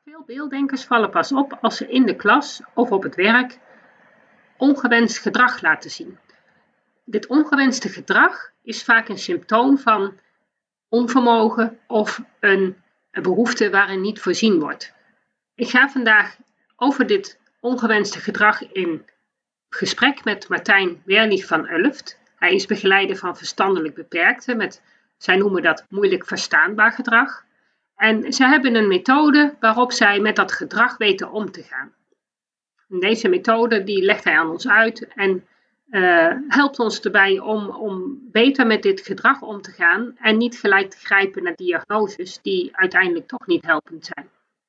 Veel beelddenkers vallen pas op als ze in de klas of op het werk ongewenst gedrag laten zien. Dit ongewenste gedrag is vaak een symptoom van onvermogen of een behoefte waarin niet voorzien wordt. Ik ga vandaag over dit ongewenste gedrag in gesprek met Martijn Wehrlich van Ulft. Hij is begeleider van verstandelijk beperkten zij noemen dat moeilijk verstaanbaar gedrag. En zij hebben een methode waarop zij met dat gedrag weten om te gaan. En deze methode die legt hij aan ons uit en helpt ons erbij om beter met dit gedrag om te gaan en niet gelijk te grijpen naar diagnoses die uiteindelijk toch niet helpend zijn.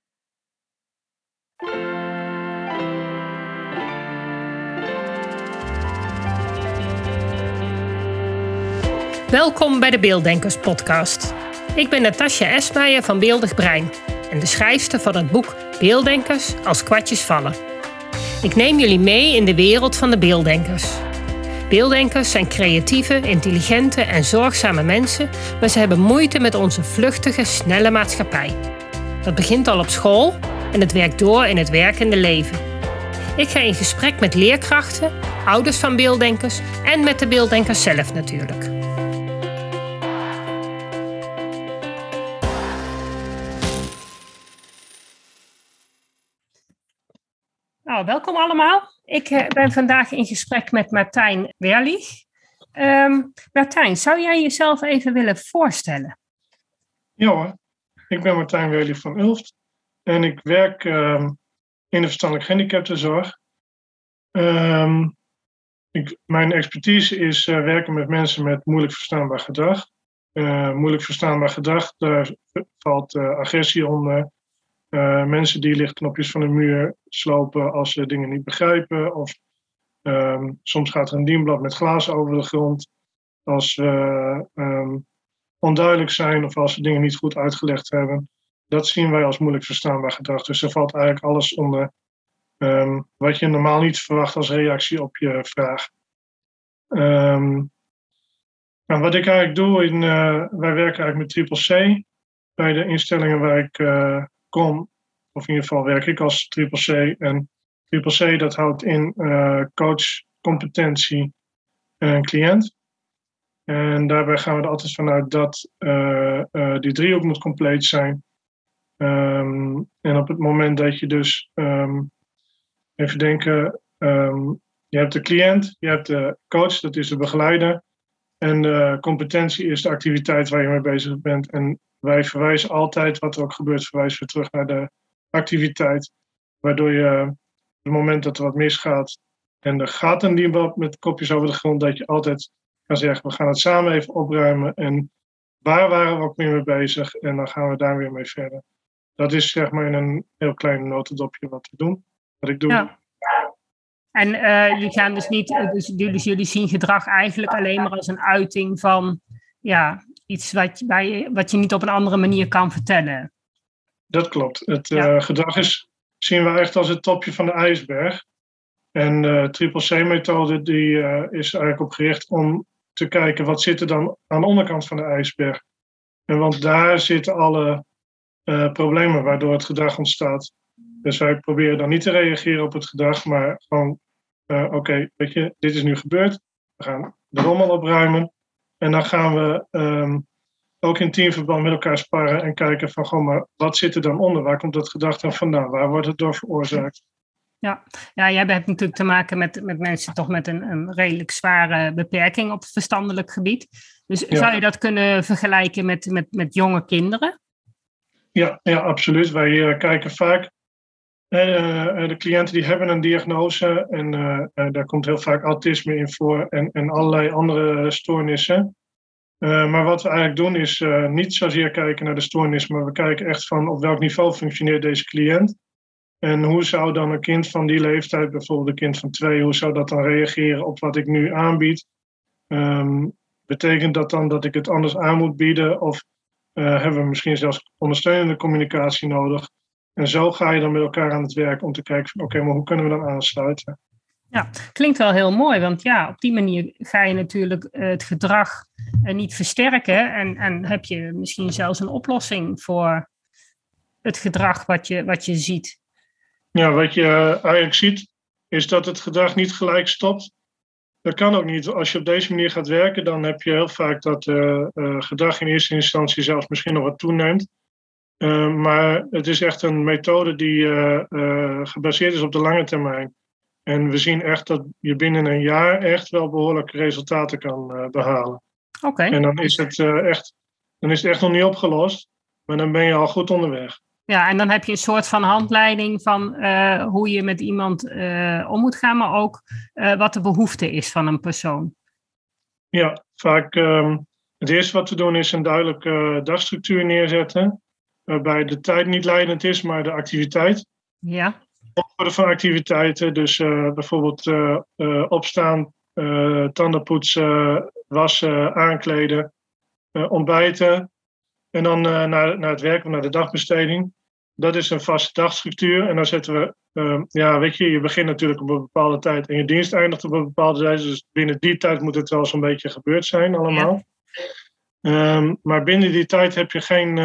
Welkom bij de Beelddenkers podcast. Ik ben Natasja Esmeijer van Beeldig Brein en de schrijfster van het boek Beelddenkers als kwartjes vallen. Ik neem jullie mee in de wereld van de beelddenkers. Beelddenkers zijn creatieve, intelligente en zorgzame mensen, maar ze hebben moeite met onze vluchtige, snelle maatschappij. Dat begint al op school en het werkt door in het werkende leven. Ik ga in gesprek met leerkrachten, ouders van beelddenkers en met de beelddenkers zelf natuurlijk. Nou, welkom allemaal. Ik ben vandaag in gesprek met Martijn Wehrlich. Martijn, zou jij jezelf even willen voorstellen? Ja hoor, ik ben Martijn Wehrlich van Ulft en ik werk in de verstandelijk gehandicaptenzorg. Mijn expertise is werken met mensen met moeilijk verstaanbaar gedrag. Moeilijk verstaanbaar gedrag, daar valt agressie onder. Mensen die lichtknopjes van de muur slopen als ze dingen niet begrijpen. Of soms gaat er een dienblad met glazen over de grond. Als we onduidelijk zijn of als we dingen niet goed uitgelegd hebben. Dat zien wij als moeilijk verstaanbaar gedrag. Dus er valt eigenlijk alles onder wat je normaal niet verwacht als reactie op je vraag. Nou, wat ik eigenlijk doe, wij werken eigenlijk met Triple C. Bij de instellingen waar ik kom, of in ieder geval werk ik als Triple C. En Triple C dat houdt in coach, competentie en cliënt. En daarbij gaan we er altijd vanuit dat die driehoek moet compleet zijn. En op het moment dat je dus, even denken, je hebt de cliënt, je hebt de coach, dat is de begeleider. En de competentie is de activiteit waar je mee bezig bent. En wij verwijzen altijd, wat er ook gebeurt, verwijzen we terug naar de activiteit. Waardoor je, op het moment dat er wat misgaat en er gaat een dienblad met kopjes over de grond, dat je altijd kan zeggen, we gaan het samen even opruimen. En waar waren we ook mee bezig? En dan gaan we daar weer mee verder. Dat is zeg maar in een heel klein notendopje wat ik doe. Ja. En jullie gaan dus niet, dus jullie zien gedrag eigenlijk alleen maar als een uiting van iets wat je niet op een andere manier kan vertellen. Dat klopt. Het gedrag zien we echt als het topje van de ijsberg. En de Triple C-methode die is eigenlijk op gericht om te kijken wat zit er dan aan de onderkant van de ijsberg. En want daar zitten alle problemen waardoor het gedrag ontstaat. Dus wij proberen dan niet te reageren op het gedrag, maar gewoon, oké, weet je, dit is nu gebeurd. We gaan de rommel opruimen. En dan gaan we ook in teamverband met elkaar sparren en kijken van, gewoon, maar wat zit er dan onder? Waar komt dat gedrag dan vandaan? Waar wordt het door veroorzaakt? Ja, jij hebt natuurlijk te maken met mensen toch met een redelijk zware beperking op het verstandelijk gebied. Dus zou je dat kunnen vergelijken met jonge kinderen? Ja, absoluut. Wij kijken vaak. De cliënten die hebben een diagnose en daar komt heel vaak autisme in voor en allerlei andere stoornissen. Maar wat we eigenlijk doen is niet zozeer kijken naar de stoornis, maar we kijken echt van op welk niveau functioneert deze cliënt. En hoe zou dan een kind van die leeftijd, bijvoorbeeld een kind van 2, hoe zou dat dan reageren op wat ik nu aanbied? Betekent dat dan dat ik het anders aan moet bieden? Of hebben we misschien zelfs ondersteunende communicatie nodig? En zo ga je dan met elkaar aan het werk om te kijken van oké, maar hoe kunnen we dan aansluiten? Ja, klinkt wel heel mooi, want op die manier ga je natuurlijk het gedrag niet versterken en heb je misschien zelfs een oplossing voor het gedrag wat je ziet? Ja, wat je eigenlijk ziet, is dat het gedrag niet gelijk stopt. Dat kan ook niet. Als je op deze manier gaat werken, dan heb je heel vaak dat gedrag in eerste instantie zelfs misschien nog wat toeneemt. Maar het is echt een methode die gebaseerd is op de lange termijn. En we zien echt dat je binnen een jaar echt wel behoorlijke resultaten kan behalen. Oké. En dan is het echt nog niet opgelost, maar dan ben je al goed onderweg. Ja, en dan heb je een soort van handleiding van hoe je met iemand om moet gaan, maar ook wat de behoefte is van een persoon. Ja, vaak het eerste wat we doen is een duidelijke dagstructuur neerzetten, waarbij de tijd niet leidend is, maar de activiteit. Ja. Volgorde van activiteiten, dus bijvoorbeeld opstaan, tanden poetsen, wassen, aankleden, ontbijten en dan naar het werk of naar de dagbesteding. Dat is een vaste dagstructuur en dan zetten we, je begint natuurlijk op een bepaalde tijd en je dienst eindigt op een bepaalde tijd, dus binnen die tijd moet het wel zo'n beetje gebeurd zijn allemaal. Ja. Maar binnen die tijd heb je geen...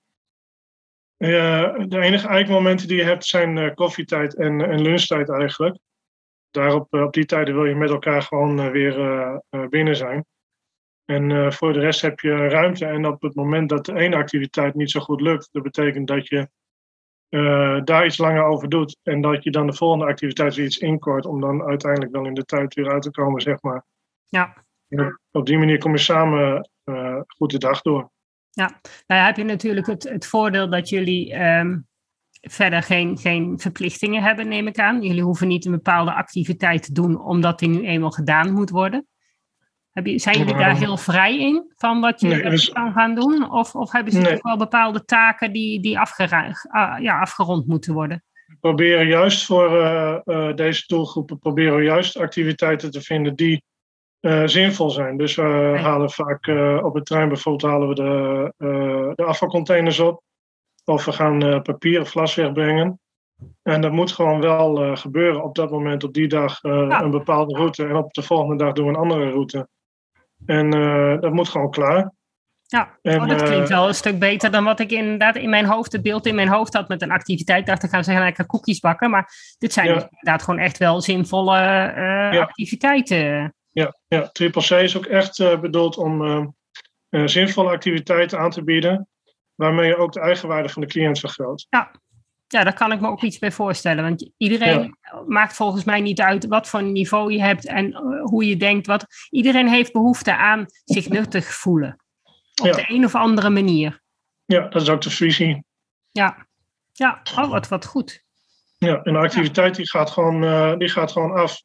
de enige eikmomenten die je hebt zijn koffietijd en lunchtijd eigenlijk. Op die tijden wil je met elkaar gewoon weer binnen zijn. En voor de rest heb je ruimte. En op het moment dat de ene activiteit niet zo goed lukt, dat betekent dat je daar iets langer over doet. En dat je dan de volgende activiteit weer iets inkort om dan uiteindelijk wel in de tijd weer uit te komen, zeg maar. Ja. En op die manier kom je samen goed de dag door. Ja, nou ja, heb je natuurlijk het voordeel dat jullie verder geen verplichtingen hebben, neem ik aan. Jullie hoeven niet een bepaalde activiteit te doen, omdat die nu eenmaal gedaan moet worden. Zijn jullie daar heel vrij in, van wat je kan gaan doen? Of hebben ze toch wel bepaalde taken die afgerond moeten worden? We proberen juist voor deze doelgroepen activiteiten te vinden die zinvol zijn. Dus we halen vaak op het trein bijvoorbeeld halen we de afvalcontainers op. Of we gaan papier of glas wegbrengen. En dat moet gewoon wel gebeuren op dat moment, op die dag een bepaalde route. En op de volgende dag doen we een andere route. En dat moet gewoon klaar. Ja, dat klinkt wel een stuk beter dan wat ik inderdaad in mijn hoofd, het beeld in mijn hoofd had met een activiteit. Dacht ik, gaan zeggen, ik ga koekjes bakken. Maar dit zijn inderdaad gewoon echt wel zinvolle activiteiten. Ja, Triple C is ook echt bedoeld om zinvolle activiteiten aan te bieden, waarmee je ook de eigenwaarde van de cliënt vergroot. Ja, daar kan ik me ook iets bij voorstellen. Want iedereen maakt volgens mij niet uit wat voor niveau je hebt en hoe je denkt. Iedereen heeft behoefte aan zich nuttig voelen. Op de een of andere manier. Ja, dat is ook de visie. Ja, wat goed. Ja, en de activiteit die gaat gewoon af.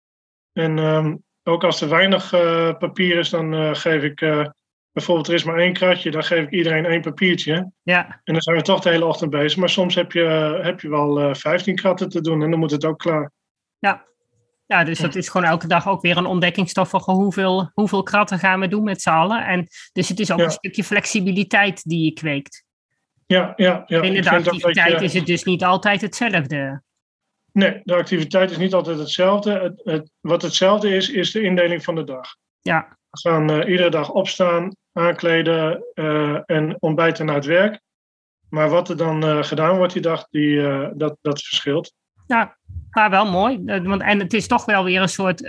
En ook als er weinig papier is, dan geef ik bijvoorbeeld, er is maar 1 kratje, dan geef ik iedereen 1 papiertje. Ja. En dan zijn we toch de hele ochtend bezig. Maar soms heb je wel 15 kratten te doen en dan moet het ook klaar. Ja, dus dat is gewoon elke dag ook weer een ontdekkingstof van hoeveel kratten gaan we doen met z'n allen. En dus het is ook een stukje flexibiliteit die je kweekt. Ja. Binnen de activiteit is het dus niet altijd hetzelfde. Nee, de activiteit is niet altijd hetzelfde. Wat hetzelfde is de indeling van de dag. Ja. We gaan iedere dag opstaan, aankleden en ontbijten naar het werk. Maar wat er dan gedaan wordt die dag, dat verschilt. Ja, maar wel mooi. En het is toch wel weer een soort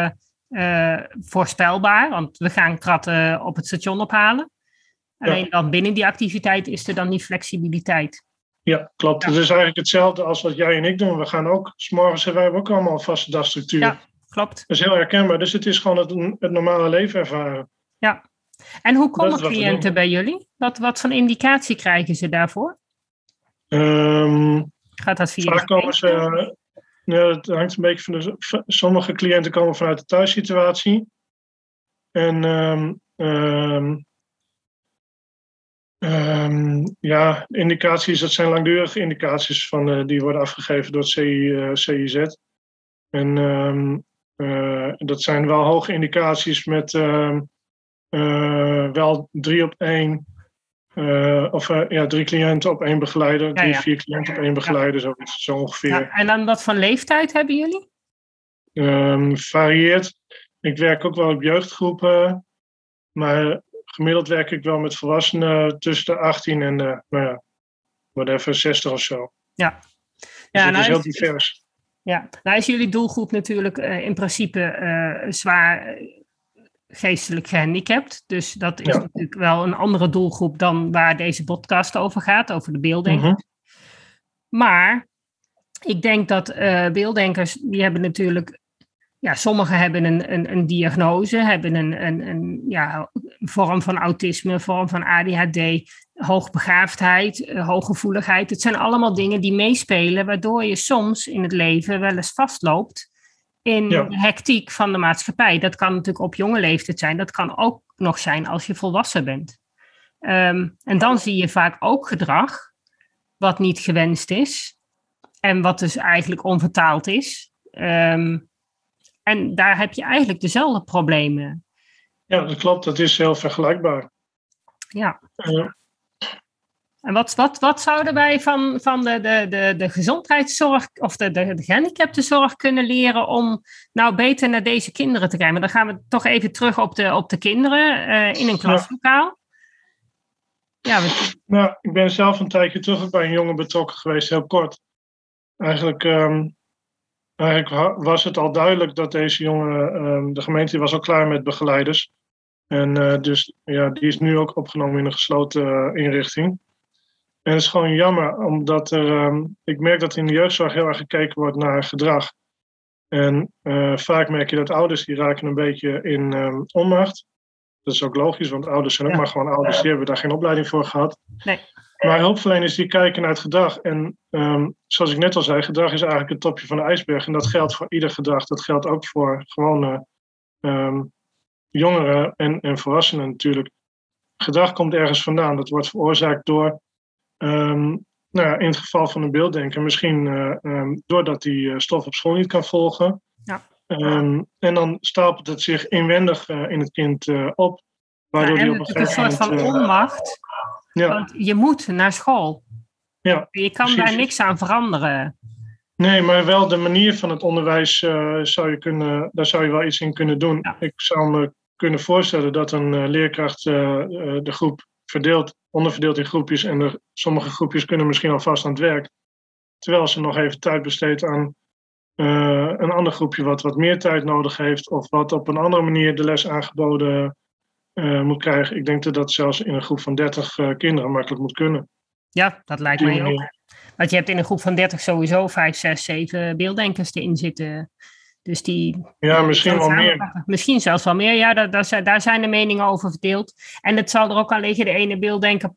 voorspelbaar. Want we gaan kratten op het station ophalen. Alleen dan binnen die activiteit is er dan die flexibiliteit. Ja, klopt. Het is eigenlijk hetzelfde als wat jij en ik doen. We gaan ook, 's morgens wij hebben ook allemaal een vaste dagstructuur. Ja, klopt. Dat is heel herkenbaar. Dus het is gewoon het normale leven ervaren. Ja. En hoe komen cliënten bij jullie? Wat voor indicatie krijgen ze daarvoor? Gaat dat via vaak komen ze... het hangt een beetje van sommige cliënten komen vanuit de thuissituatie. En indicaties, dat zijn langdurige indicaties die worden afgegeven door het CIZ. En dat zijn wel hoge indicaties met wel 3 op 1. 3 cliënten op 1 begeleider. 4 cliënten op 1 begeleider, zo ongeveer. Ja, en dan wat voor leeftijd hebben jullie? Varieert. Ik werk ook wel op jeugdgroepen. Maar gemiddeld werk ik wel met volwassenen tussen de 18 en whatever, 60 of zo. Ja. Dus het is heel divers. Ja, nou is jullie doelgroep natuurlijk in principe zwaar geestelijk gehandicapt. Dus dat is natuurlijk wel een andere doelgroep dan waar deze podcast over gaat, over de beelddenkers. Maar ik denk dat beelddenkers, die hebben natuurlijk, sommigen hebben een diagnose, hebben een vorm van autisme, een vorm van ADHD, hoogbegaafdheid, hooggevoeligheid. Het zijn allemaal dingen die meespelen, waardoor je soms in het leven wel eens vastloopt in de hectiek van de maatschappij. Dat kan natuurlijk op jonge leeftijd zijn, dat kan ook nog zijn als je volwassen bent. En dan zie je vaak ook gedrag wat niet gewenst is en wat dus eigenlijk onvertaald is. En daar heb je eigenlijk dezelfde problemen. Ja, dat klopt. Dat is heel vergelijkbaar. Ja. En wat zouden wij van de gezondheidszorg of de gehandicaptenzorg kunnen leren om nou beter naar deze kinderen te kijken? Maar dan gaan we toch even terug op de kinderen in een klaslokaal. Nou, ik ben zelf een tijdje terug ook bij een jongen betrokken geweest, heel kort. Eigenlijk was het al duidelijk dat deze jongen, de gemeente was al klaar met begeleiders. En dus die is nu ook opgenomen in een gesloten inrichting. En het is gewoon jammer, omdat ik merk dat in de jeugdzorg heel erg gekeken wordt naar gedrag. En vaak merk je dat ouders die raken een beetje in onmacht. Dat is ook logisch, want ouders zijn ook maar gewoon ouders. Die hebben daar geen opleiding voor gehad. Nee. Maar hulpverleners die kijken naar het gedrag. En zoals ik net al zei, gedrag is eigenlijk het topje van de ijsberg. En dat geldt voor ieder gedrag. Dat geldt ook voor gewone jongeren en volwassenen natuurlijk. Gedrag komt ergens vandaan. Dat wordt veroorzaakt door, in het geval van een beelddenker, misschien doordat hij stof op school niet kan volgen. Ja. En dan stapelt het zich inwendig in het kind op. Waardoor hij op een soort van onmacht. Want je moet naar school. Ja, je kan precies. daar niks aan veranderen. Nee, maar wel de manier van het onderwijs daar zou je wel iets in kunnen doen. Ja. Ik zou me kunnen voorstellen dat een leerkracht de groep onderverdeelt in groepjes. En sommige groepjes kunnen misschien alvast aan het werk. Terwijl ze nog even tijd besteedt aan een ander groepje wat meer tijd nodig heeft. Of wat op een andere manier de les aangeboden moet krijgen. Ik denk dat dat zelfs in een groep van 30 kinderen makkelijk moet kunnen. Ja, dat lijkt mij ook. Want je hebt in een groep van 30 sowieso 5, 6, 7 beelddenkers erin zitten. Dus die... Ja, misschien wel meer. Misschien zelfs wel meer. Ja, daar zijn de meningen over verdeeld. En het zal er ook aan liggen. De ene beelddenker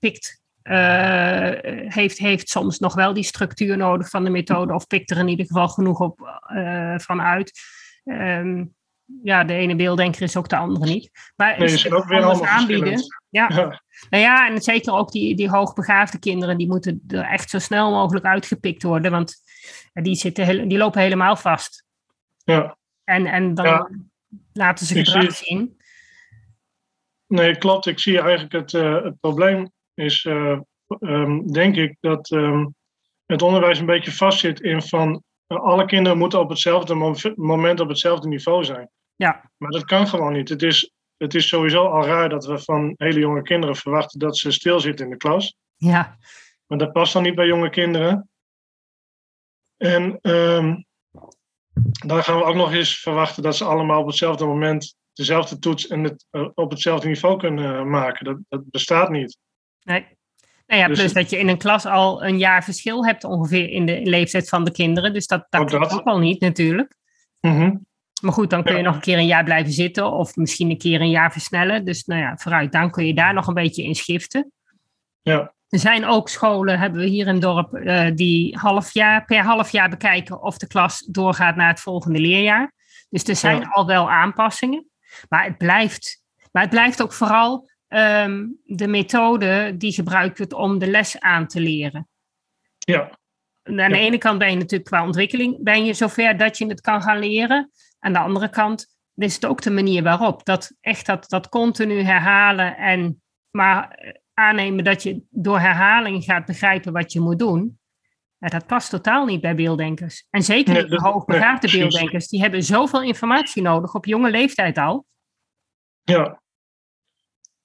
heeft soms nog wel die structuur nodig van de methode. Of pikt er in ieder geval genoeg van uit. De ene beelddenker is ook de andere niet. Maar nee, is ook weer allemaal aanbieden. Ja. Nou ja, en zeker ook die hoogbegaafde kinderen, die moeten er echt zo snel mogelijk uitgepikt worden, want die lopen helemaal vast. Ja. En dan laten ze gedrag zien. Nee, klopt. Ik zie eigenlijk het probleem is, denk ik, dat het onderwijs een beetje vastzit in van alle kinderen moeten op hetzelfde moment op hetzelfde niveau zijn. Ja. Maar dat kan gewoon niet. Het is sowieso al raar dat we van hele jonge kinderen verwachten dat ze stilzitten in de klas. Ja. Maar dat past dan niet bij jonge kinderen. En dan gaan we ook nog eens verwachten dat ze allemaal op hetzelfde moment dezelfde toets en het op hetzelfde niveau kunnen maken. Dat bestaat niet. Nee. Nou ja, dus plus dat je in een klas al een jaar verschil hebt ongeveer in de leeftijd van de kinderen. Dus dat kan ook al niet natuurlijk. Mm-hmm. Maar goed, dan kun je nog een keer een jaar blijven zitten of misschien een keer een jaar versnellen. Dus vooruit, dan kun je daar nog een beetje in schiften. Ja. Er zijn ook scholen, hebben we hier in het dorp, die per half jaar bekijken of de klas doorgaat naar het volgende leerjaar. Dus er zijn al wel aanpassingen. Maar het blijft ook vooral de methode die gebruikt wordt om de les aan te leren. Ja. Aan de ene kant ben je natuurlijk qua ontwikkeling zover dat je het kan gaan leren. Aan de andere kant is het ook de manier waarop. Dat continu herhalen maar aannemen dat je door herhaling gaat begrijpen wat je moet doen. Dat past totaal niet bij beelddenkers. En zeker niet de hoogbegaafde beelddenkers. Die hebben zoveel informatie nodig op jonge leeftijd al. Ja.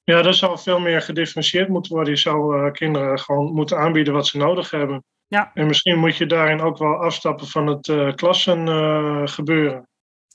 Ja, dat zou veel meer gedifferentieerd moeten worden. Je zou kinderen gewoon moeten aanbieden wat ze nodig hebben. Ja. En misschien moet je daarin ook wel afstappen van het klassen gebeuren.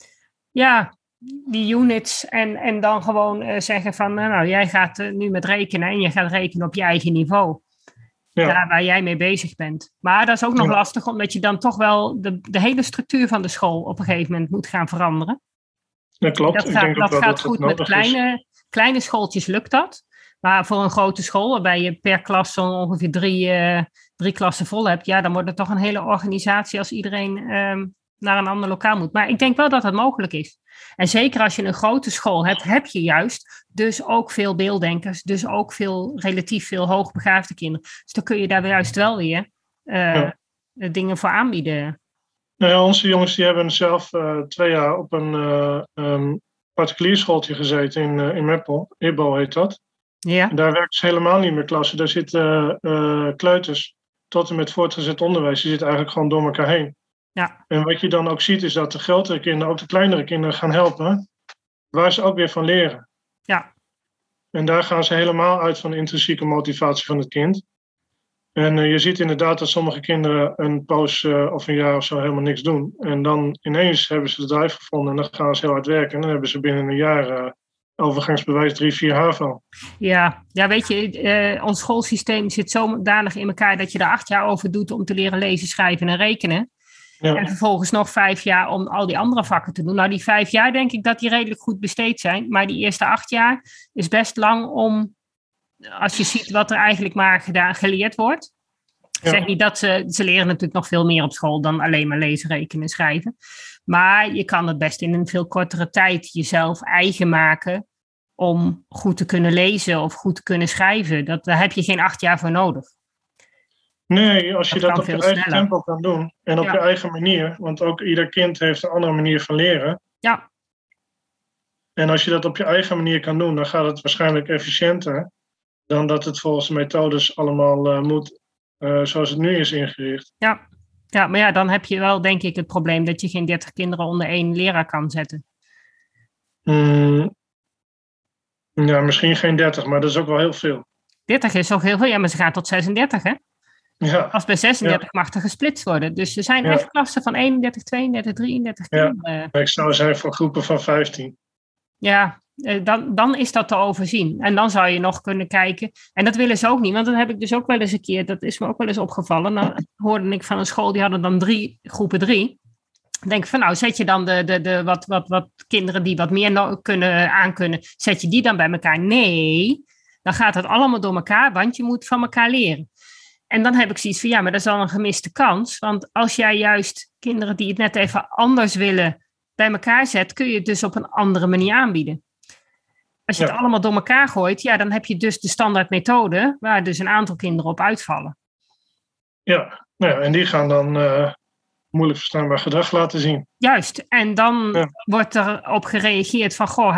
Ja, die units en dan gewoon zeggen van, nou, jij gaat nu met rekenen en je gaat rekenen op je eigen niveau. Ja. Daar waar jij mee bezig bent. Maar dat is ook nog lastig, omdat je dan toch wel de hele structuur van de school op een gegeven moment moet gaan veranderen. Dat klopt. Dat gaat goed met kleine schooltjes, lukt dat. Maar voor een grote school, waarbij je per klas zo ongeveer drie klassen vol hebt, ja, dan wordt het toch een hele organisatie als iedereen naar een ander lokaal moet. Maar ik denk wel dat het mogelijk is. En zeker als je een grote school hebt, heb je juist dus ook veel beelddenkers, dus ook relatief veel hoogbegaafde kinderen. Dus dan kun je daar juist wel weer dingen voor aanbieden. Nou ja, onze jongens die hebben zelf 2 jaar op een particulier schooltje gezeten in Meppel. IBO heet dat. Ja. En daar werken ze helemaal niet meer klassen. Daar zitten kleuters tot en met voortgezet onderwijs. Die zitten eigenlijk gewoon door elkaar heen. Ja. En wat je dan ook ziet is dat de grotere kinderen ook de kleinere kinderen gaan helpen. Waar ze ook weer van leren. Ja. En daar gaan ze helemaal uit van de intrinsieke motivatie van het kind. En je ziet inderdaad dat sommige kinderen een poos of een jaar of zo helemaal niks doen. En dan ineens hebben ze de drive gevonden en dan gaan ze heel hard werken. En dan hebben ze binnen een jaar overgangsbewijs 3, 4 HAVO. Ja, weet je, ons schoolsysteem zit zodanig in elkaar dat je er 8 jaar over doet om te leren lezen, schrijven en rekenen. Ja. En vervolgens nog 5 jaar om al die andere vakken te doen. Nou, die 5 jaar denk ik dat die redelijk goed besteed zijn. Maar die eerste 8 jaar is best lang om, als je ziet wat er eigenlijk maar geleerd wordt. Ja. Zeg niet dat ze leren natuurlijk nog veel meer op school dan alleen maar lezen, rekenen en schrijven. Maar je kan het best in een veel kortere tijd jezelf eigen maken om goed te kunnen lezen of goed te kunnen schrijven. Daar heb je geen 8 jaar voor nodig. Nee, als je dat op je eigen tempo kan doen en op je eigen manier. Want ook ieder kind heeft een andere manier van leren. Ja. En als je dat op je eigen manier kan doen, dan gaat het waarschijnlijk efficiënter dan dat het volgens de methodes allemaal moet zoals het nu is ingericht. Ja, maar ja, dan heb je wel denk ik het probleem dat je geen 30 kinderen onder 1 leraar kan zetten. Ja, misschien geen 30, maar dat is ook wel heel veel. 30 is ook heel veel, ja, maar ze gaan tot 36, hè? Ja. Als bij 36 mag er gesplitst worden. Dus er zijn echt klassen van 31, 32, 33 kinderen. Ik zou zijn voor groepen van 15. Ja, dan is dat te overzien. En dan zou je nog kunnen kijken. En dat willen ze ook niet, want dat heb ik dus ook wel eens een keer, dat is me ook wel eens opgevallen. Dan hoorde ik van een school, die hadden dan groepen 3. Dan denk ik van nou, zet je dan de wat kinderen die wat meer aankunnen, zet je die dan bij elkaar? Nee, dan gaat het allemaal door elkaar, want je moet van elkaar leren. En dan heb ik zoiets van, ja, maar dat is al een gemiste kans. Want als jij juist kinderen die het net even anders willen bij elkaar zet, kun je het dus op een andere manier aanbieden. Als je het allemaal door elkaar gooit, ja, dan heb je dus de standaard methode, waar dus een aantal kinderen op uitvallen. Ja, en die gaan dan moeilijk verstaanbaar gedrag laten zien. Juist, en dan wordt er op gereageerd van, goh,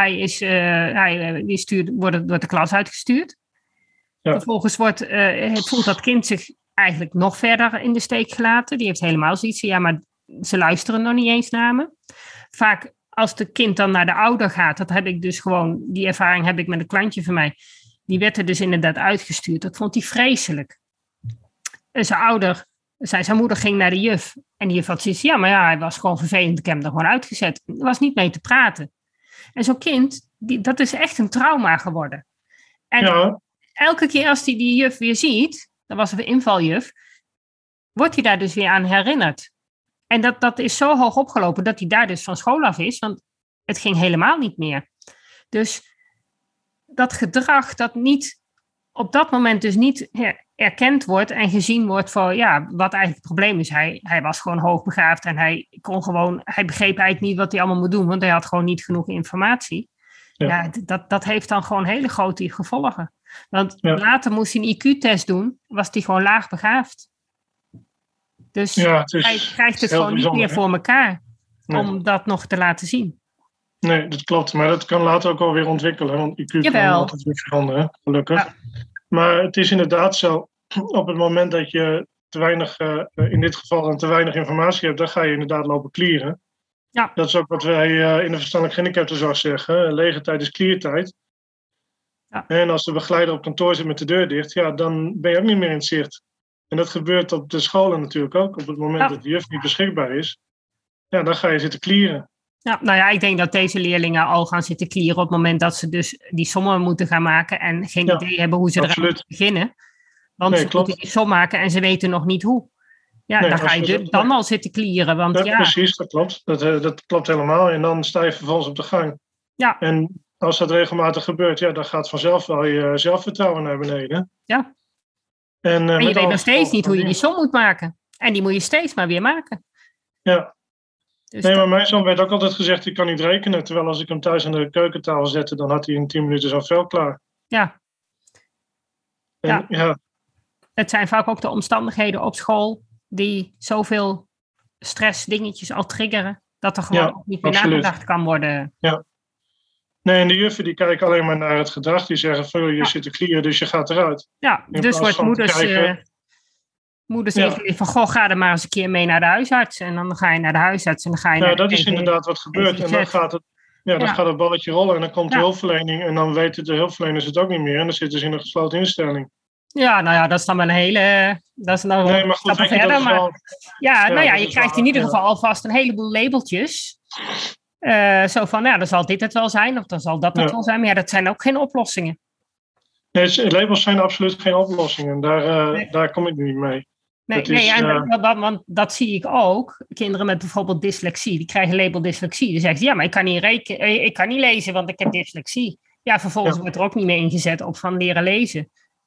wordt de klas uitgestuurd. Ja. Vervolgens voelt dat kind zich eigenlijk nog verder in de steek gelaten. Die heeft helemaal zoiets van, ja, maar ze luisteren nog niet eens naar me. Vaak als het kind dan naar de ouder gaat, dat heb ik dus gewoon, die ervaring heb ik met een klantje van mij. Die werd er dus inderdaad uitgestuurd. Dat vond hij vreselijk. En zijn moeder ging naar de juf. En die juf had zoiets, ja, maar ja, hij was gewoon vervelend. Ik heb hem er gewoon uitgezet. Er was niet mee te praten. En zo'n kind, dat is echt een trauma geworden. En elke keer als hij die juf weer ziet, dat was een invaljuf, wordt hij daar dus weer aan herinnerd. En dat is zo hoog opgelopen dat hij daar dus van school af is, want het ging helemaal niet meer. Dus dat gedrag dat niet op dat moment dus niet erkend wordt en gezien wordt voor wat eigenlijk het probleem is. Hij was gewoon hoogbegaafd en hij begreep eigenlijk niet wat hij allemaal moet doen, want hij had gewoon niet genoeg informatie. Ja, dat heeft dan gewoon hele grote gevolgen. Want later moest hij een IQ-test doen, was hij gewoon laagbegaafd. Dus hij krijgt het gewoon niet meer voor elkaar om dat nog te laten zien. Nee, dat klopt. Maar dat kan later ook alweer ontwikkelen. Want IQ kan altijd weer veranderen, gelukkig. Ja. Maar het is inderdaad zo, op het moment dat je te weinig, in dit geval dan te weinig informatie hebt, dan ga je inderdaad lopen klieren. Ja. Dat is ook wat wij in de verstandelijk gehandicaptenzorg zeggen. Lege tijd is kliertijd. Ja. En als de begeleider op kantoor zit met de deur dicht, ja, dan ben je ook niet meer in het zicht. En dat gebeurt op de scholen natuurlijk ook. Op het moment dat de juf niet beschikbaar is, ja, dan ga je zitten klieren. Ja, nou ja, ik denk dat deze leerlingen al gaan zitten klieren op het moment dat ze dus die sommen moeten gaan maken en geen idee hebben hoe ze eraan moeten beginnen. Want ze moeten die som maken en ze weten nog niet hoe. Ja, dan ga je dan al zitten klieren. Want, Precies, dat klopt. Dat klopt helemaal. En dan sta je vervolgens op de gang. Ja. En als dat regelmatig gebeurt, ja, dan gaat vanzelf wel je zelfvertrouwen naar beneden. Ja. En je weet nog steeds niet hoe je die som moet maken. En die moet je steeds maar weer maken. Ja. Dus nee, maar mijn zoon werd ook altijd gezegd, ik kan niet rekenen. Terwijl als ik hem thuis aan de keukentafel zette, dan had hij in 10 minuten zo'n vel klaar. Ja. Ja. Het zijn vaak ook de omstandigheden op school die zoveel stressdingetjes al triggeren, dat er gewoon ook niet meer nagedacht kan worden. Ja. Nee, en de juffen die kijken alleen maar naar het gedrag. Die zeggen van, je zit te klieren, dus je gaat eruit. Ja, dus wordt moeders even van, goh, ga er maar eens een keer mee naar de huisarts. En dan ga je naar de huisarts en dan ga je naar dat is inderdaad wat gebeurt. En dan gaat het balletje rollen en dan komt de hulpverlening. En dan weten de hulpverleners het ook niet meer. En dan zitten ze in een gesloten instelling. Ja, nou ja, dat is dan wel een hele... Dat is dan nee, maar goed, verder, maar je krijgt in ieder geval alvast een heleboel labeltjes. Zo van, dan zal dit het wel zijn, of dan zal dat het wel zijn. Maar dat zijn ook geen oplossingen. Nee, labels zijn absoluut geen oplossingen. Daar kom ik niet mee. Want dat zie ik ook. Kinderen met bijvoorbeeld dyslexie, die krijgen label dyslexie. Die zeggen, ja, maar ik kan niet lezen, want ik heb dyslexie. Ja, vervolgens wordt er ook niet meer ingezet op van leren lezen.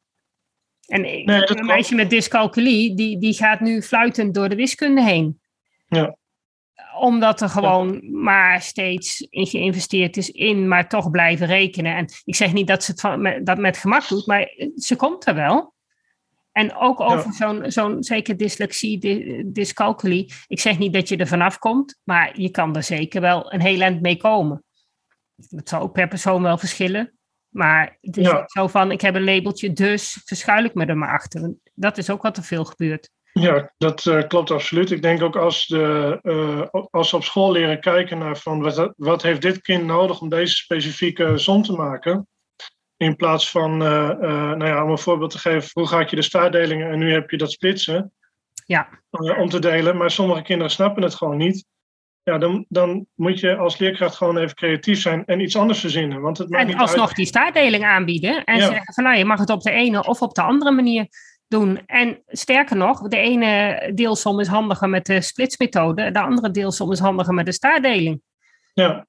En een meisje met dyscalculie, die gaat nu fluitend door de wiskunde heen. Ja. Omdat er gewoon maar steeds in geïnvesteerd is in, maar toch blijven rekenen. En ik zeg niet dat ze dat met gemak doet, maar ze komt er wel. En ook over zo'n zeker dyslexie, dyscalculie. Ik zeg niet dat je er vanaf komt, maar je kan er zeker wel een heel eind mee komen. Dat zal ook per persoon wel verschillen. Maar het is niet zo van, ik heb een labeltje, dus verschuil ik me er maar achter. Dat is ook wat er veel gebeurt. Ja, dat klopt absoluut. Ik denk ook als ze op school leren kijken naar van wat heeft dit kind nodig om deze specifieke som te maken. In plaats van, om een voorbeeld te geven, hoe gaat je de staartdelingen en nu heb je dat splitsen om te delen. Maar sommige kinderen snappen het gewoon niet. Ja, dan moet je als leerkracht gewoon even creatief zijn en iets anders verzinnen. Want het maakt niet alsnog die staartdeling aanbieden en zeggen van je mag het op de ene of op de andere manier doen. En sterker nog, de ene deelsom is handiger met de splitsmethode, de andere deelsom is handiger met de staartdeling. Ja.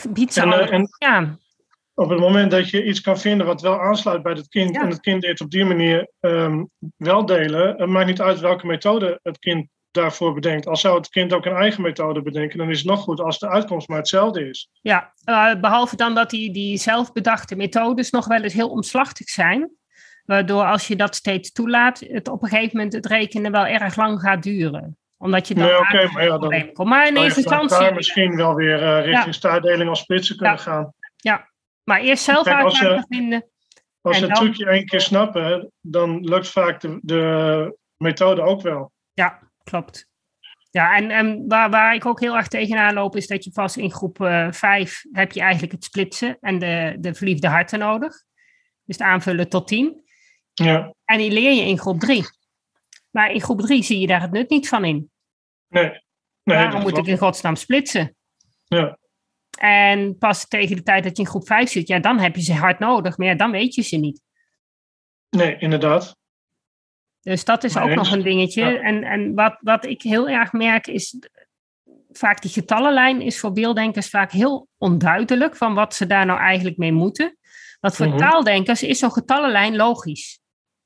Op het moment dat je iets kan vinden wat wel aansluit bij het kind en het kind leert op die manier wel delen, het maakt niet uit welke methode het kind daarvoor bedenkt. Als zou het kind ook een eigen methode bedenken, dan is het nog goed als de uitkomst maar hetzelfde is. Ja, behalve dan dat die zelfbedachte methodes nog wel eens heel omslachtig zijn. Waardoor als je dat steeds toelaat, het op een gegeven moment het rekenen wel erg lang gaat duren. Omdat je dan probleem komt. Maar in eerste instantie... daar misschien wel weer richting staartdeling als splitsen kunnen gaan. Ja, maar eerst zelf uitmaken vinden. Als ze het trucje 1 keer snappen, dan lukt vaak de methode ook wel. Ja, klopt. Ja, en waar ik ook heel erg tegenaan loop, is dat je pas in groep 5 heb je eigenlijk het splitsen en de verliefde harten nodig. Dus het aanvullen tot 10. Ja. En die leer je in groep 3. Maar in groep 3 zie je daar het nut niet van in. Nee. Waarom moet ik in godsnaam splitsen? Ja. En pas tegen de tijd dat je in groep 5 zit, dan heb je ze hard nodig. Maar dan weet je ze niet. Nee, inderdaad. Dus dat is ook nog een dingetje. Ja. En wat ik heel erg merk is, vaak die getallenlijn is voor beelddenkers vaak heel onduidelijk van wat ze daar nou eigenlijk mee moeten. Want voor taaldenkers is zo'n getallenlijn logisch.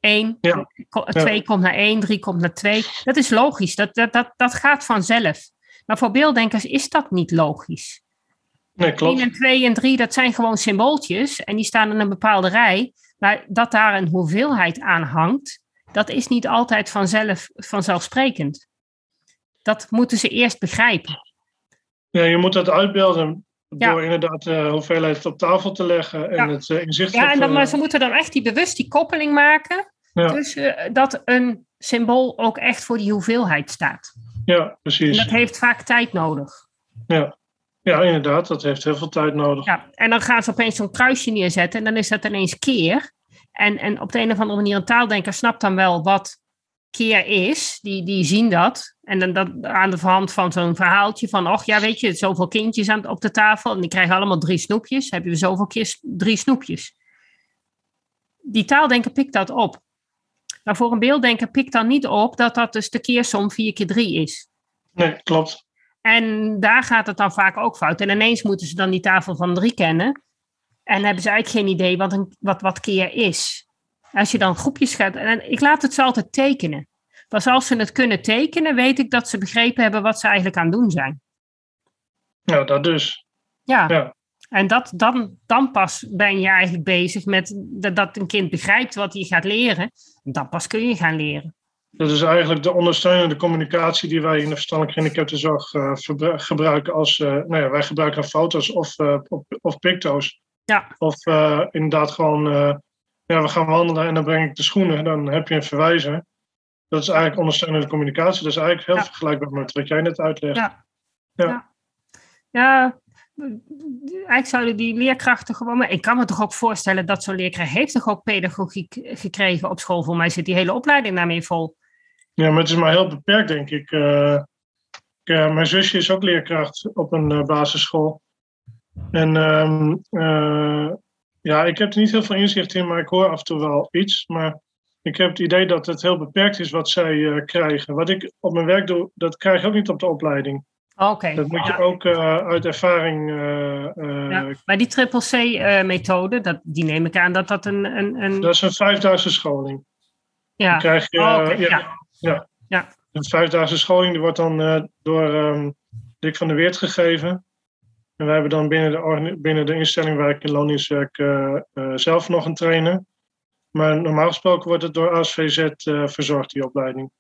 2 komt naar 1, 3 komt naar 2. Dat is logisch, dat gaat vanzelf. Maar voor beelddenkers is dat niet logisch. Nee, klopt. 1 en 2 en 3, dat zijn gewoon symbooltjes en die staan in een bepaalde rij. Maar dat daar een hoeveelheid aan hangt, dat is niet altijd vanzelfsprekend. Dat moeten ze eerst begrijpen. Ja, je moet dat uitbeelden door inderdaad de hoeveelheid op tafel te leggen en het inzichtelijk. Ja, maar ze moeten dan echt die koppeling maken. Ja. Dus dat een symbool ook echt voor die hoeveelheid staat. Ja, precies. En dat heeft vaak tijd nodig. Ja, Ja, inderdaad. Dat heeft heel veel tijd nodig. Ja, en dan gaan ze opeens zo'n kruisje neerzetten en dan is dat ineens keer. En op de een of andere manier een taaldenker snapt dan wel wat keer is. Die zien dat. En dan dat aan de hand van zo'n verhaaltje van, och ja, weet je, zoveel kindjes op de tafel en die krijgen allemaal 3 snoepjes. Heb je zoveel keer 3 snoepjes. Die taaldenker pikt dat op. Maar voor een beelddenker pikt dan niet op dat dus de keersom 4 keer 3 is. Nee, klopt. En daar gaat het dan vaak ook fout. En ineens moeten ze dan die tafel van 3 kennen. En hebben ze eigenlijk geen idee wat keer is. Als je dan groepjes gaat... En ik laat het ze altijd tekenen. Pas als ze het kunnen tekenen, weet ik dat ze begrepen hebben wat ze eigenlijk aan het doen zijn. Ja, dat dus. Ja. En dan pas ben je eigenlijk bezig met dat een kind begrijpt wat hij gaat leren. En dan pas kun je gaan leren. Dat is eigenlijk de ondersteunende communicatie die wij in de verstandelijke gehandicaptenzorg gebruiken als... wij gebruiken foto's of picto's. Ja. Of inderdaad gewoon... we gaan wandelen en dan breng ik de schoenen. Dan heb je een verwijzer. Dat is eigenlijk ondersteunende communicatie. Dat is eigenlijk heel vergelijkbaar met wat jij net uitlegt. Ja, eigenlijk zouden die leerkrachten gewoon... Maar ik kan me toch ook voorstellen dat zo'n leerkracht heeft toch ook pedagogiek gekregen op school. Voor mij zit die hele opleiding daarmee vol. Ja, maar het is maar heel beperkt, denk ik. Mijn zusje is ook leerkracht op een basisschool. En ik heb er niet heel veel inzicht in, maar ik hoor af en toe wel iets. Maar ik heb het idee dat het heel beperkt is wat zij krijgen. Wat ik op mijn werk doe, dat krijg je ook niet op de opleiding. Okay. Dat moet je ook uit ervaring... Maar die CCC-methode, die neem ik aan dat een... Dat is een 5-daagse scholing. Ja. Dan krijg je, een 5-daagse scholing, die wordt dan door Dick van der Weert gegeven. En wij hebben dan binnen de instelling waar ik in loondienst werk zelf nog een trainer. Maar normaal gesproken wordt het door ASVZ verzorgd, die opleiding.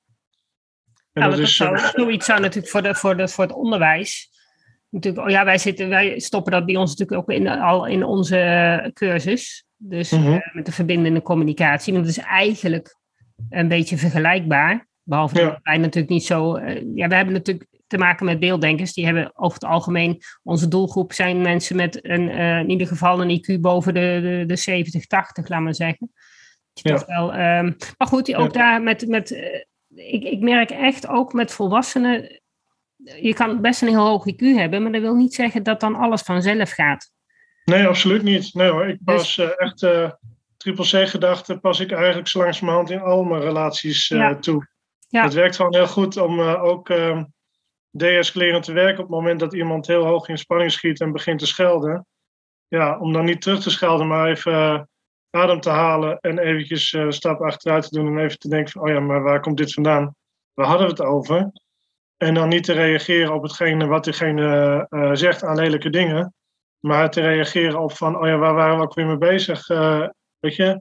En zoiets zou natuurlijk voor het onderwijs. Natuurlijk, wij stoppen dat bij ons natuurlijk ook al in onze cursus. Dus met de verbindende communicatie. Want dat is eigenlijk een beetje vergelijkbaar. Behalve dat wij natuurlijk niet zo... we hebben natuurlijk te maken met beelddenkers. Die hebben over het algemeen... Onze doelgroep zijn mensen met in ieder geval een IQ boven de 70, 80, laat maar zeggen. Toch wel, maar goed, ook daar met ik merk echt ook met volwassenen, je kan best een heel hoog IQ hebben, maar dat wil niet zeggen dat dan alles vanzelf gaat. Nee, absoluut niet. Nee hoor, ik pas echt CCC-gedachten pas ik eigenlijk zo langzamerhand in al mijn relaties toe. Ja. Het werkt gewoon heel goed om ook deescalerend te werken op het moment dat iemand heel hoog in spanning schiet en begint te schelden. Ja, om dan niet terug te schelden, maar even... adem te halen en eventjes een stap achteruit te doen en even te denken van, maar waar komt dit vandaan? Waar hadden we het over? En dan niet te reageren op hetgene wat diegene zegt aan lelijke dingen, maar te reageren op van, waar waren we ook weer mee bezig? Weet je?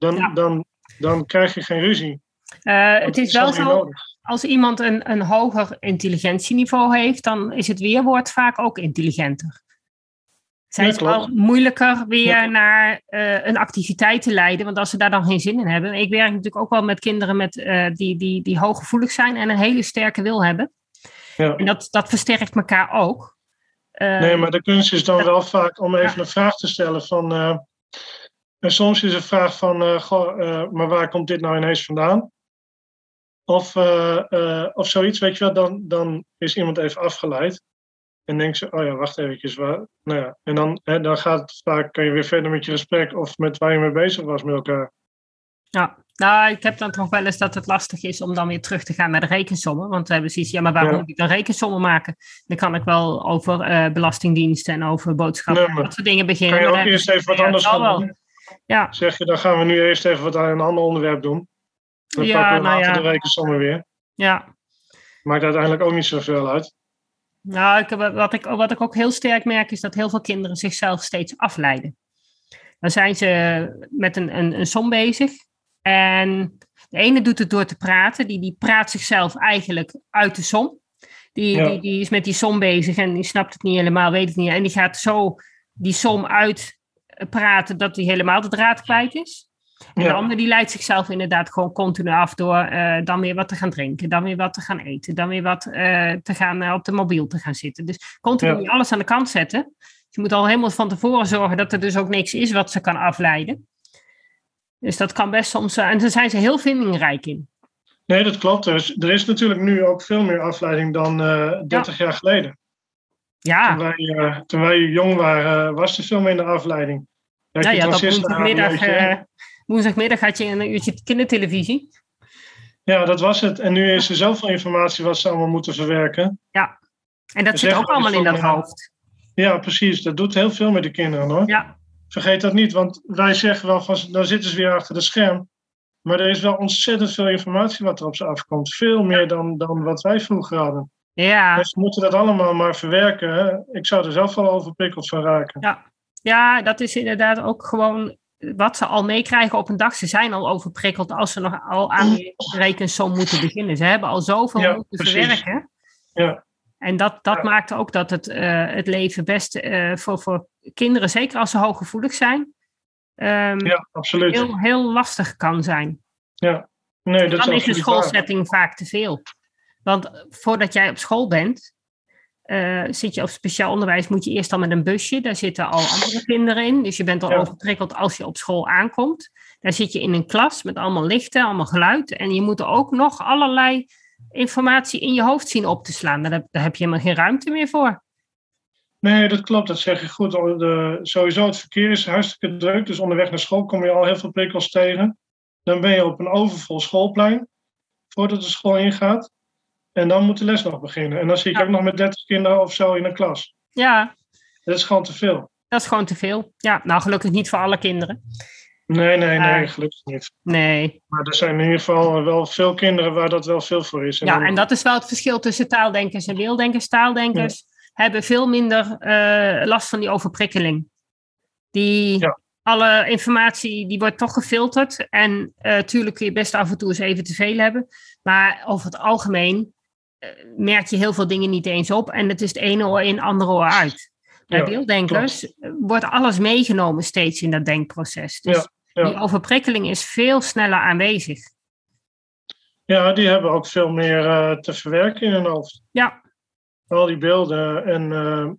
Dan krijg je geen ruzie. Het is wel zo, nodig. Als iemand een hoger intelligentieniveau heeft, dan is het weerwoord vaak ook intelligenter. Zijn ze wel moeilijker weer naar een activiteit te leiden. Want als ze daar dan geen zin in hebben. Ik werk natuurlijk ook wel met kinderen die hooggevoelig zijn en een hele sterke wil hebben. Ja. En dat versterkt elkaar ook. Nee, maar de kunst is dan wel vaak om even een vraag te stellen van... en soms is een vraag van, maar waar komt dit nou ineens vandaan? Of zoiets, weet je wel, dan is iemand even afgeleid. En denk ze, wacht eventjes. En dan gaat het vaak, kan je weer verder met je gesprek of met waar je mee bezig was met elkaar. Ja, nou, ik heb dan toch wel eens dat het lastig is om dan weer terug te gaan naar de rekensommen. Want we hebben zoiets, maar waarom moet ik dan rekensommen maken? Dan kan ik wel over belastingdiensten en over boodschappen en dat soort dingen beginnen. Kan je ook eerst even wat anders gaan doen? Ja. Zeg je, dan gaan we nu eerst even wat aan een ander onderwerp doen. Dan pakken we later de rekensommen weer. Ja. Maakt uiteindelijk ook niet zoveel uit. Nou, wat ik ook heel sterk merk is dat heel veel kinderen zichzelf steeds afleiden. Dan zijn ze met een som bezig. En de ene doet het door te praten. Die praat zichzelf eigenlijk uit de som. Die is met die som bezig en die snapt het niet helemaal, weet het niet. En die gaat zo die som uitpraten dat hij helemaal de draad kwijt is. En Ja. de ander die leidt zichzelf inderdaad gewoon continu af door dan weer wat te gaan drinken, dan weer wat te gaan eten, dan weer wat te gaan op de mobiel te gaan zitten. Dus continu Ja. moet je alles aan de kant zetten. Je moet al helemaal van tevoren zorgen dat er dus ook niks is wat ze kan afleiden. Dus dat kan best soms, en daar zijn ze heel vindingrijk in. Nee, dat klopt. Dus er is natuurlijk nu ook veel meer afleiding dan 30 jaar geleden. Ja, Toen wij jong waren, was er veel minder afleiding. nou ja, dat woensdagmiddag. woensdagmiddag had je een uurtje kindertelevisie. Ja, dat was het. En nu is er zoveel informatie wat ze allemaal moeten verwerken. Ja, en dat We zit zeggen ook allemaal in van, dat hoofd. Ja, precies. Dat doet heel veel met de kinderen, hoor. Ja, Vergeet dat niet, want wij zeggen wel van, dan zitten ze weer achter de scherm. Maar er is wel ontzettend veel informatie wat er op ze afkomt. Veel meer dan wat wij vroeger hadden. ja. Dus ze moeten dat allemaal maar verwerken. Hè? Ik zou er zelf wel overprikkeld van raken. Ja, dat is inderdaad ook gewoon wat ze al meekrijgen op een dag. Ze zijn al overprikkeld als ze nog al aan die rekensom moeten beginnen. Ze hebben al zoveel moeten verwerken. Ja. En dat maakt ook dat het leven best voor kinderen, zeker als ze hooggevoelig zijn, Ja, absoluut. heel, heel lastig kan zijn. Ja. Nee, dat Dan is de absoluut schoolsetting vaak te veel. Want voordat jij op school bent, zit je op speciaal onderwijs, moet je eerst al met een busje. Daar zitten al andere kinderen in. Dus je bent al overprikkeld als je op school aankomt. Daar zit je in een klas met allemaal lichten, allemaal geluid. En je moet er ook nog allerlei informatie in je hoofd zien op te slaan. Daar heb je helemaal geen ruimte meer voor. Nee, dat klopt. Dat zeg je goed. Sowieso, het verkeer is hartstikke druk. Dus onderweg naar school kom je al heel veel prikkels tegen. Dan ben je op een overvol schoolplein, voordat de school ingaat. En dan moet de les nog beginnen. En dan zit je ook nog met 30 kinderen of zo in een klas. Ja. Dat is gewoon te veel. Dat is gewoon te veel. Ja, nou gelukkig niet voor alle kinderen. Nee, gelukkig niet. Nee. Maar er zijn in ieder geval wel veel kinderen waar dat wel veel voor is. En dat is wel het verschil tussen taaldenkers en beelddenkers. Taaldenkers hebben veel minder last van die overprikkeling. Alle informatie die wordt toch gefilterd. En tuurlijk kun je best af en toe eens even te veel hebben. Maar over het algemeen merk je heel veel dingen niet eens op. En het is het ene oor in, andere oor uit. Bij beelddenkers wordt alles meegenomen steeds in dat denkproces. Dus die overprikkeling is veel sneller aanwezig. Ja, die hebben ook veel meer te verwerken in hun hoofd. Ja. Al die beelden en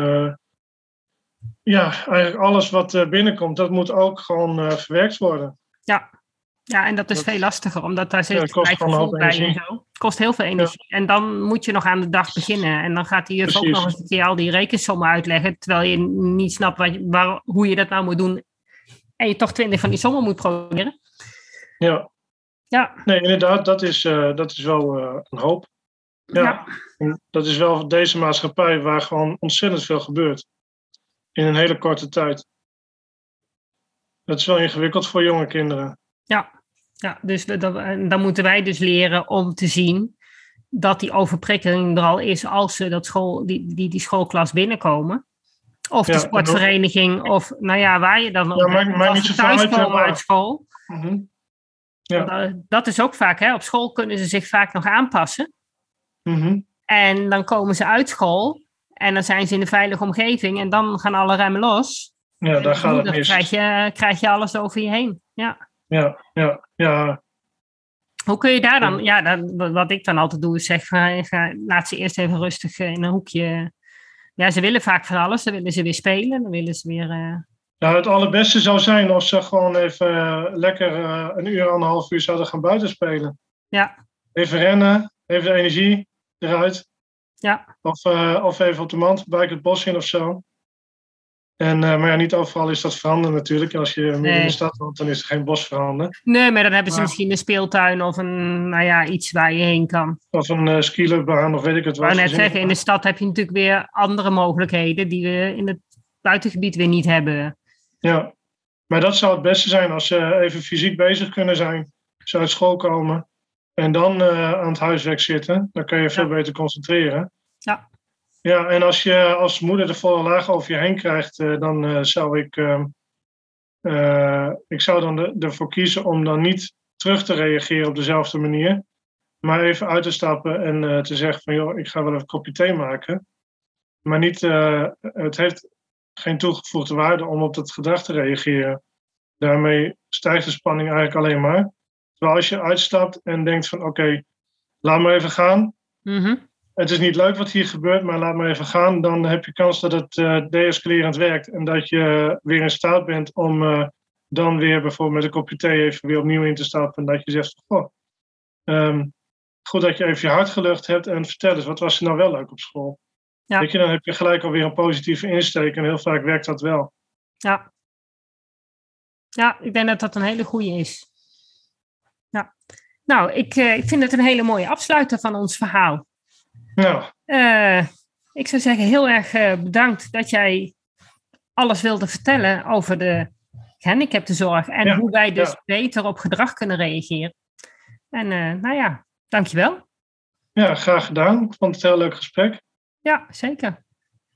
eigenlijk alles wat binnenkomt, dat moet ook gewoon verwerkt worden. Ja, en dat is veel lastiger, omdat daar zit kost gewoon een hoop bij en energie. zo. Het kost heel veel energie. Ja. En dan moet je nog aan de dag beginnen. En dan gaat de juf ook nog eens een keer al die rekensommen uitleggen, terwijl je niet snapt hoe je dat nou moet doen. En je toch 20 van die sommen moet proberen. Ja. Nee, inderdaad, dat is wel een hoop. Ja. En dat is wel deze maatschappij waar gewoon ontzettend veel gebeurt. In een hele korte tijd. Dat is wel ingewikkeld voor jonge kinderen. Ja, dus dan moeten wij dus leren om te zien dat die overprikkeling er al is als ze die schoolklas binnenkomen. Of de sportvereniging, of waar je dan ook maakt niet zoveel thuiskomen uit school. Mm-hmm. Dat is ook vaak, hè. Op school kunnen ze zich vaak nog aanpassen. Mm-hmm. En dan komen ze uit school en dan zijn ze in een veilige omgeving en dan gaan alle remmen los. Ja, daar gaat het mis. Krijg je alles over je heen. Ja. Hoe kun je daar dan, wat ik dan altijd doe, is zeggen, laat ze eerst even rustig in een hoekje. Ja, ze willen vaak van alles. Dan willen ze weer spelen, dan willen ze weer... Nou, het allerbeste zou zijn als ze gewoon even lekker een uur, 1,5 uur zouden gaan buiten spelen. Ja. Even rennen, even de energie eruit. Ja. Of even op de mountainbike het bos in of zo. Maar niet overal is dat veranderd natuurlijk. Als je midden in de stad woont, dan is er geen bos veranderd. Nee, maar dan hebben ze misschien een speeltuin of iets waar je heen kan. Of een skilooppbaan of weet ik het wat. Ik wou net zeggen, in de stad heb je natuurlijk weer andere mogelijkheden die we in het buitengebied weer niet hebben. Ja, maar dat zou het beste zijn als ze even fysiek bezig kunnen zijn. Ze uit school komen en dan aan het huiswerk zitten. Dan kun je veel beter concentreren. Ja. Ja, en als je als moeder de volle laag over je heen krijgt, dan zou ik zou dan ervoor kiezen om dan niet terug te reageren op dezelfde manier. Maar even uit te stappen en te zeggen van joh, ik ga wel even een kopje thee maken. Maar niet, het heeft geen toegevoegde waarde om op dat gedrag te reageren. Daarmee stijgt de spanning eigenlijk alleen maar. Terwijl als je uitstapt en denkt van oké, laat maar even gaan. Mm-hmm. Het is niet leuk wat hier gebeurt, maar laat maar even gaan. Dan heb je kans dat het de-escalerend werkt. En dat je weer in staat bent om dan weer bijvoorbeeld met een kopje thee even weer opnieuw in te stappen. En dat je zegt, goed dat je even je hart gelucht hebt. En vertel eens, wat was er nou wel leuk op school? Ja. Weet je, dan heb je gelijk alweer een positieve insteek. En heel vaak werkt dat wel. Ja. Ja, ik denk dat dat een hele goeie is. Ja. Nou, ik vind het een hele mooie afsluiter van ons verhaal. Ja. Ik zou zeggen, heel erg bedankt dat jij alles wilde vertellen over de gehandicaptenzorg en hoe wij dus beter op gedrag kunnen reageren. En dankjewel. Ja, graag gedaan. Ik vond het een heel leuk gesprek. Ja, zeker.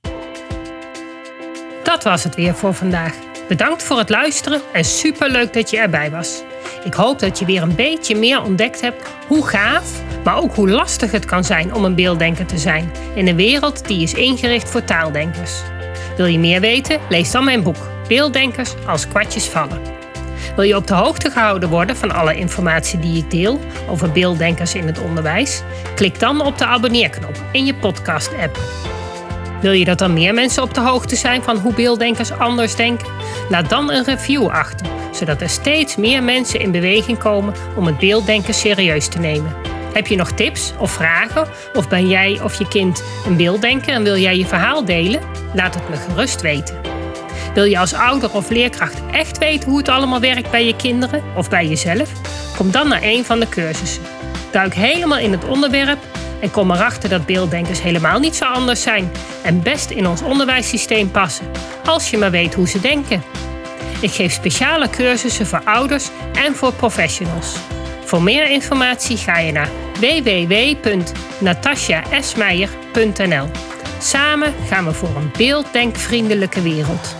Dat was het weer voor vandaag. Bedankt voor het luisteren en superleuk dat je erbij was. Ik hoop dat je weer een beetje meer ontdekt hebt hoe gaaf, maar ook hoe lastig het kan zijn om een beelddenker te zijn in een wereld die is ingericht voor taaldenkers. Wil je meer weten? Lees dan mijn boek Beelddenkers als kwartjes vallen. Wil je op de hoogte gehouden worden van alle informatie die ik deel over beelddenkers in het onderwijs? Klik dan op de abonneerknop in je podcast-app. Wil je dat er meer mensen op de hoogte zijn van hoe beelddenkers anders denken? Laat dan een review achter, zodat er steeds meer mensen in beweging komen om het beelddenken serieus te nemen. Heb je nog tips of vragen? Of ben jij of je kind een beelddenker en wil jij je verhaal delen? Laat het me gerust weten. Wil je als ouder of leerkracht echt weten hoe het allemaal werkt bij je kinderen of bij jezelf? Kom dan naar een van de cursussen. Duik helemaal in het onderwerp en kom erachter dat beelddenkers helemaal niet zo anders zijn en best in ons onderwijssysteem passen, als je maar weet hoe ze denken. Ik geef speciale cursussen voor ouders en voor professionals. Voor meer informatie ga je naar www.natasjaesmeijer.nl. Samen gaan we voor een beelddenkvriendelijke wereld.